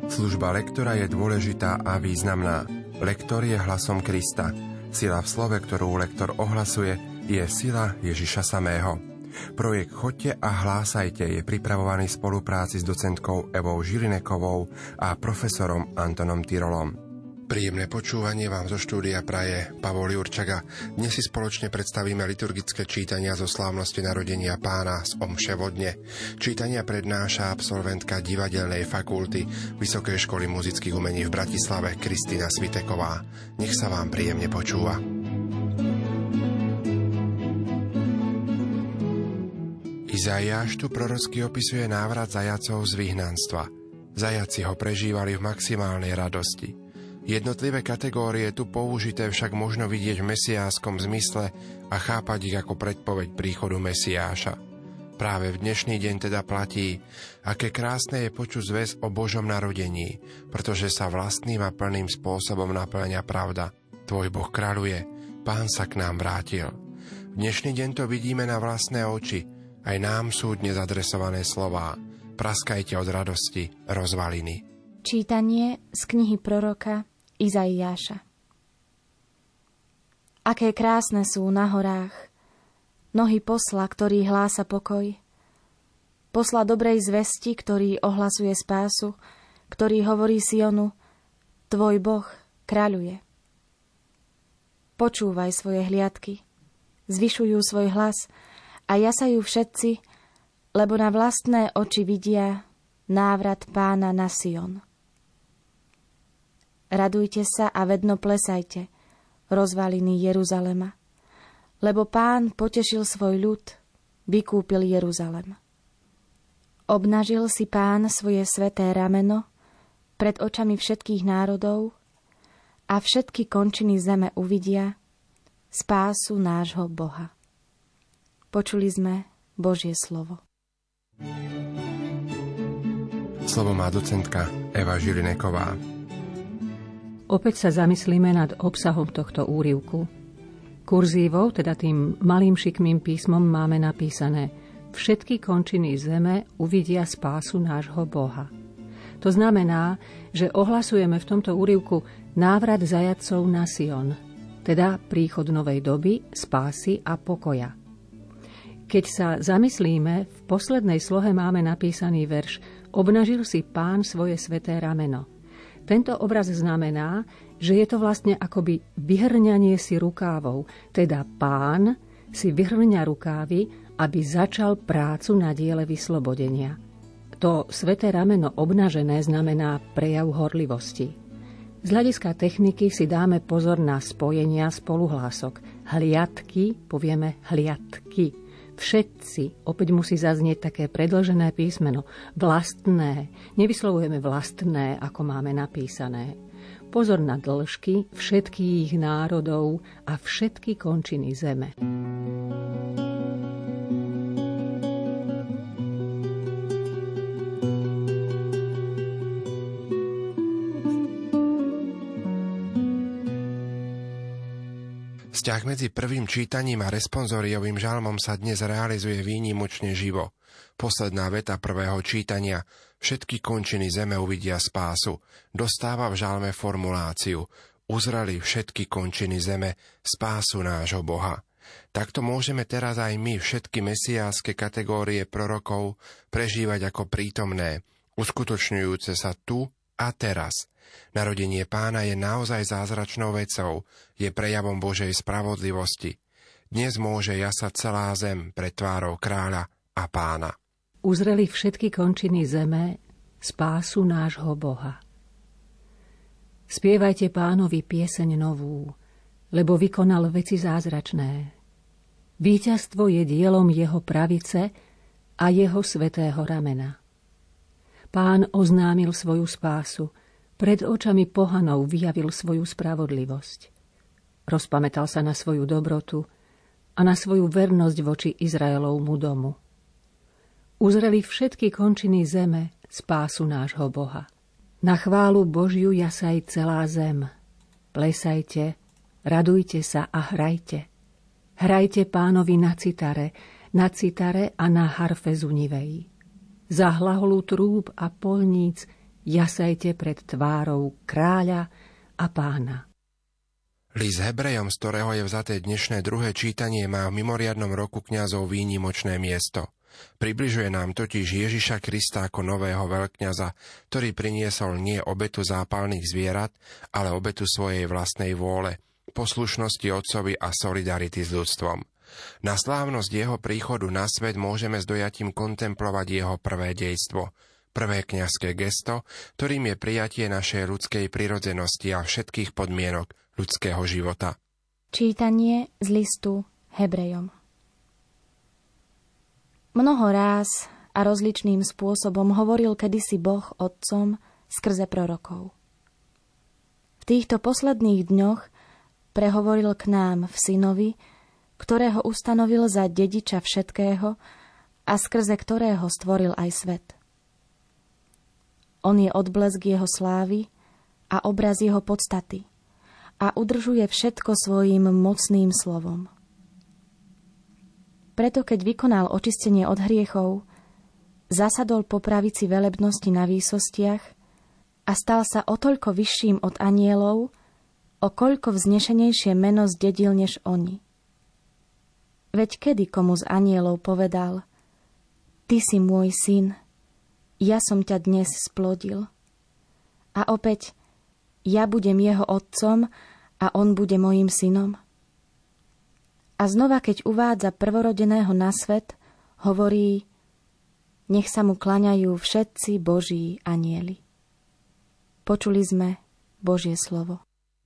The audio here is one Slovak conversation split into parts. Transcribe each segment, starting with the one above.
Služba lektora je dôležitá a významná. Lektor je hlasom Krista. Sila v slove, ktorú lektor ohlasuje, je sila Ježiša samého. Projekt Choďte a hlásajte je pripravovaný v spolupráci s docentkou Evou Žilinekovou a profesorom Antonom Tyrolom. Príjemné počúvanie vám zo štúdia praje Pavol Jurčaga. Dnes si spoločne predstavíme liturgické čítania zo slávnosti narodenia Pána z omše vodne. Čítania prednáša absolventka divadelnej fakulty Vysokej školy muzických umení v Bratislave Kristína Sviteková. Nech sa vám príjemne počúva. Izaiáš tu prorocky opisuje návrat zajacov z vyhnanstva. Zajaci ho prežívali v maximálnej radosti. Jednotlivé kategórie tu použité však možno vidieť v mesiáskom zmysle a chápať ich ako predpoveď príchodu Mesiáša. Práve v dnešný deň teda platí, aké krásne je počuť zvesť o Božom narodení, pretože sa vlastným a plným spôsobom naplňa pravda. Tvoj Boh kráľuje, Pán sa k nám vrátil. V dnešný deň to vidíme na vlastné oči, aj nám sú dnes adresované slová. Praskajte od radosti rozvaliny. Čítanie z knihy proroka Izaiáša. Aké krásne sú na horách nohy posla, ktorý hlása pokoj, posla dobrej zvesti, ktorý ohlasuje spásu, ktorý hovorí Sionu: Tvoj Boh kráľuje. Počúvaj svoje hliadky, zvyšujú svoj hlas a jasajú všetci, lebo na vlastné oči vidia návrat Pána na Sion. Radujte sa a vedno plesajte, rozvaliny Jeruzalema, lebo Pán potešil svoj ľud, vykúpil Jeruzalem. Obnažil si Pán svoje sväté rameno pred očami všetkých národov a všetky končiny zeme uvidia spásu nášho Boha. Počuli sme Božie slovo. Slovo má docentka Eva Žilineková. Opäť sa zamyslíme nad obsahom tohto úryvku. Kurzívou, teda tým malým šikmým písmom, máme napísané: Všetky končiny zeme uvidia spásu nášho Boha. To znamená, že ohlasujeme v tomto úryvku návrat zajatcov na Sion, teda príchod novej doby, spásy a pokoja. Keď sa zamyslíme, v poslednej slohe máme napísaný verš: Obnažil si Pán svoje sväté rameno. Tento obraz znamená, že je to vlastne akoby vyhrňanie si rukávov, teda Pán si vyhrňa rukávy, aby začal prácu na diele vyslobodenia. To sväté rameno obnažené znamená prejav horlivosti. Z hľadiska techniky si dáme pozor na spojenia spoluhlások. Hliadky, povieme hliadky. Všetci, opäť musí zaznieť také predĺžené písmeno. Vlastné, nevyslovujeme vlastné, ako máme napísané. Pozor na dĺžky všetkých národov a všetky končiny zeme. Vzťah medzi prvým čítaním a responsoriovým žalmom sa dnes realizuje výnimočne živo. Posledná veta prvého čítania: Všetky končiny zeme uvidia spásu, dostáva v žalme formuláciu: Uzreli všetky končiny zeme spásu nášho Boha. Takto môžeme teraz aj my všetky mesiáske kategórie prorokov prežívať ako prítomné, uskutočňujúce sa tu a teraz. Narodenie Pána je naozaj zázračnou vecou, je prejavom Božej spravodlivosti. Dnes môže jasať celá zem pred tvárou kráľa a Pána. Uzreli všetky končiny zeme spásu nášho Boha. Spievajte Pánovi pieseň novú, lebo vykonal veci zázračné. Víťazstvo je dielom jeho pravice a jeho svätého ramena. Pán oznámil svoju spásu, pred očami pohanov vyjavil svoju spravodlivosť. Rozpamätal sa na svoju dobrotu a na svoju vernosť voči Izraelovmu domu. Uzreli všetky končiny zeme spásu nášho Boha. Na chválu Božiu jasaj celá zem. Plesajte, radujte sa a hrajte. Hrajte Pánovi na citare a na harfe zunivej. Za hlaholu trúb a polníc jasajte pred tvárou kráľa a pána. List Hebrejom, z ktorého je vzaté dnešné druhé čítanie, má v mimoriadnom roku kňazov výnimočné miesto. Približuje nám totiž Ježiša Krista ako nového veľkňaza, ktorý priniesol nie obetu zápalných zvierat, ale obetu svojej vlastnej vôle, poslušnosti Otcovi a solidarity s ľudstvom. Na slávnosť jeho príchodu na svet môžeme s dojatím kontemplovať jeho prvé dejstvo, prvé kňazské gesto, ktorým je prijatie našej ľudskej prirodzenosti a všetkých podmienok ľudského života. Čítanie z listu Hebrejom. Mnoho ráz a rozličným spôsobom hovoril kedysi Boh otcom skrze prorokov. V týchto posledných dňoch prehovoril k nám v synovi, ktorého ustanovil za dediča všetkého a skrze ktorého stvoril aj svet. On je odblesk jeho slávy a obraz jeho podstaty a udržuje všetko svojím mocným slovom. Preto, keď vykonal očistenie od hriechov, zasadol po pravici velebnosti na výsostiach a stal sa o toľko vyšším od anielov, o koľko vznešenejšie meno zdedil než oni. Veď kedy komu z anielov povedal: Ty si môj syn, ja som ťa dnes splodil. A opäť, ja budem jeho otcom a on bude mojím synom. A znova, keď uvádza prvorodeného na svet, hovorí: Nech sa mu klaňajú všetci Boží anjeli. Počuli sme Božie slovo.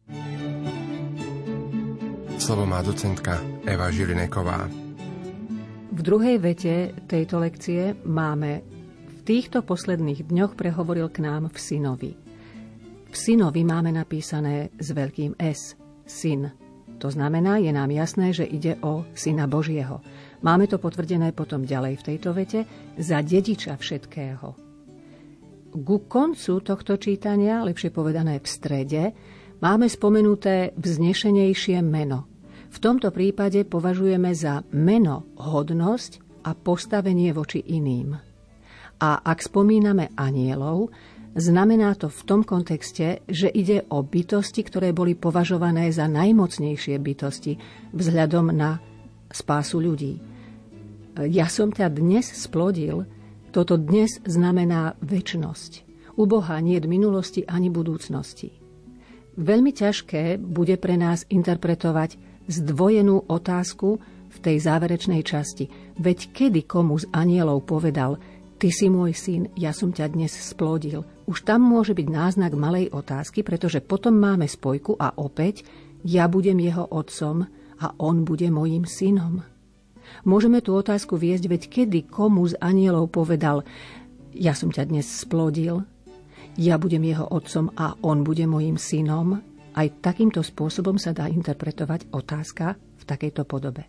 Slovo má docentka Eva Žilineková. V druhej vete tejto lekcie máme: V týchto posledných dňoch prehovoril k nám v synovi. V synovi máme napísané s veľkým S, syn. To znamená, je nám jasné, že ide o syna Božieho. Máme to potvrdené potom ďalej v tejto vete, za dediča všetkého. Ku koncu tohto čítania, lepšie povedané v strede, máme spomenuté vznešenejšie meno. V tomto prípade považujeme za meno hodnosť a postavenie voči iným. A ak spomíname anielov, znamená to v tom kontexte, že ide o bytosti, ktoré boli považované za najmocnejšie bytosti vzhľadom na spásu ľudí. Ja som ťa dnes splodil, toto dnes znamená večnosť. U Boha nie je minulosti ani budúcnosti. Veľmi ťažké bude pre nás interpretovať zdvojenú otázku v tej záverečnej časti. Veď kedy komu z anielov povedal: Ty si môj syn, ja som ťa dnes splodil. Už tam môže byť náznak malej otázky, pretože potom máme spojku a opäť ja budem jeho otcom a on bude mojím synom. Môžeme tú otázku viesť, veď kedy komu z anielov povedal: Ja som ťa dnes splodil, ja budem jeho otcom a on bude mojím synom. Aj takýmto spôsobom sa dá interpretovať otázka v takejto podobe.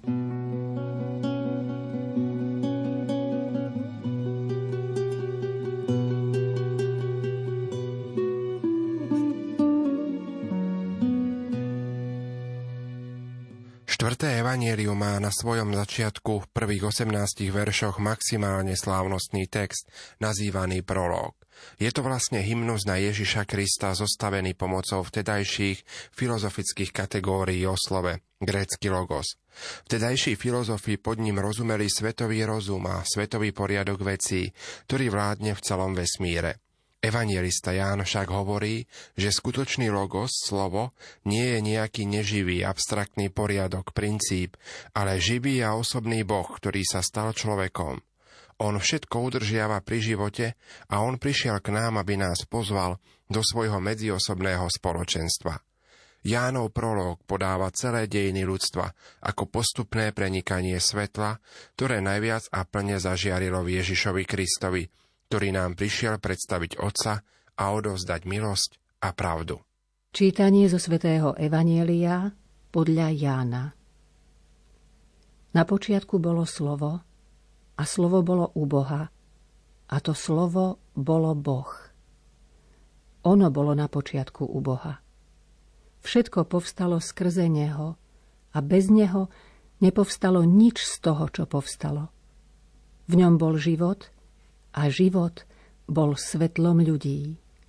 Štvrté evanjelium má na svojom začiatku v prvých 18 veršoch maximálne slávnostný text, nazývaný prológ. Je to vlastne hymnus na Ježiša Krista, zostavený pomocou vtedajších filozofických kategórií o slove, grécky logos. Vtedajší filozofi pod ním rozumeli svetový rozum a svetový poriadok vecí, ktorý vládne v celom vesmíre. Evanjelista Ján však hovorí, že skutočný logos, slovo, nie je nejaký neživý, abstraktný poriadok, princíp, ale živý a osobný Boh, ktorý sa stal človekom. On všetko udržiava pri živote a on prišiel k nám, aby nás pozval do svojho medziosobného spoločenstva. Jánov prológ podáva celé dejiny ľudstva ako postupné prenikanie svetla, ktoré najviac a plne zažiarilo v Ježišovi Kristovi, ktorý nám prišiel predstaviť Otca a odovzdať milosť a pravdu. Čítanie zo svätého Evanjelia podľa Jána. Na počiatku bolo slovo, a slovo bolo u Boha, a to slovo bolo Boh. Ono bolo na počiatku u Boha. Všetko povstalo skrze neho a bez neho nepovstalo nič z toho, čo povstalo. V ňom bol život a život bol svetlom ľudí.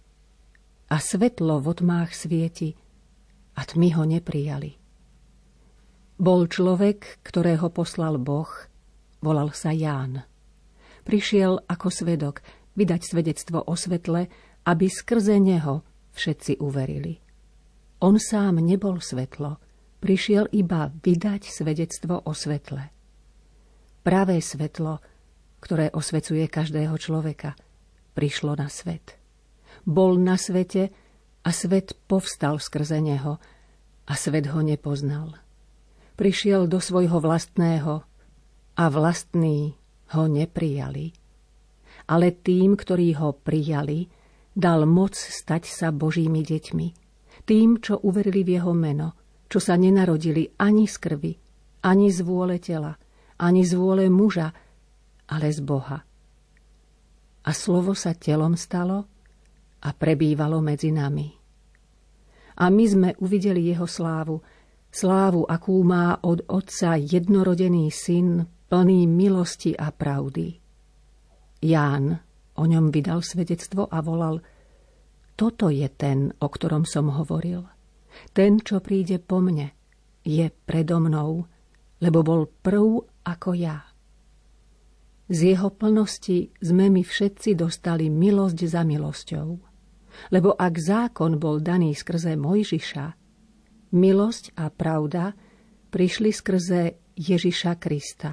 a svetlo v otmách svieti a tmy ho neprijali. Bol človek, ktorého poslal Boh, volal sa Ján. Prišiel ako svedok vydať svedectvo o svetle, aby skrze neho všetci uverili. On sám nebol svetlo, prišiel iba vydať svedectvo o svetle. Pravé svetlo, ktoré osvecuje každého človeka, prišlo na svet. Bol na svete a svet povstal skrze neho a svet ho nepoznal. Prišiel do svojho vlastného a vlastní ho neprijali. Ale tým, ktorí ho prijali, dal moc stať sa Božími deťmi. Tým, čo uverili v jeho meno, čo sa nenarodili ani z krvi, ani z vôle tela, ani z vôle muža, ale z Boha. A slovo sa telom stalo a prebývalo medzi nami. A my sme uvideli jeho slávu, slávu, akú má od Otca jednorodený syn, plný milosti a pravdy. Ján o ňom vydal svedectvo a volal: Toto je ten, o ktorom som hovoril. Ten, čo príde po mne, je predo mnou, lebo bol prv ako ja. Z jeho plnosti sme my všetci dostali milosť za milosťou. Lebo ak zákon bol daný skrze Mojžiša, milosť a pravda prišli skrze Ježiša Krista.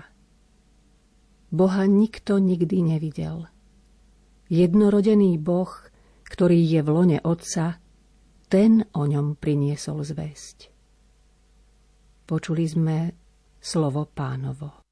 Boha nikto nikdy nevidel. Jednorodený Boh, ktorý je v lone Otca, ten o ňom priniesol zvesť. Počuli sme slovo Pánovo.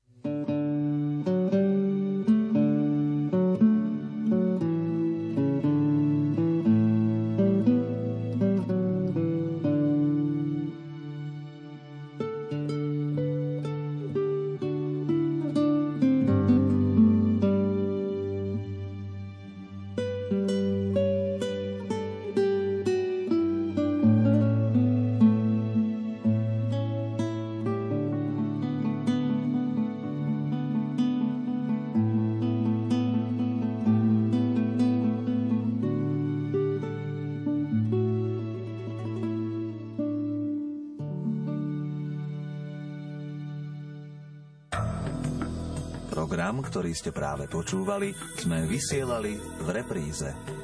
Program, ktorý ste práve počúvali, sme vysielali v repríze.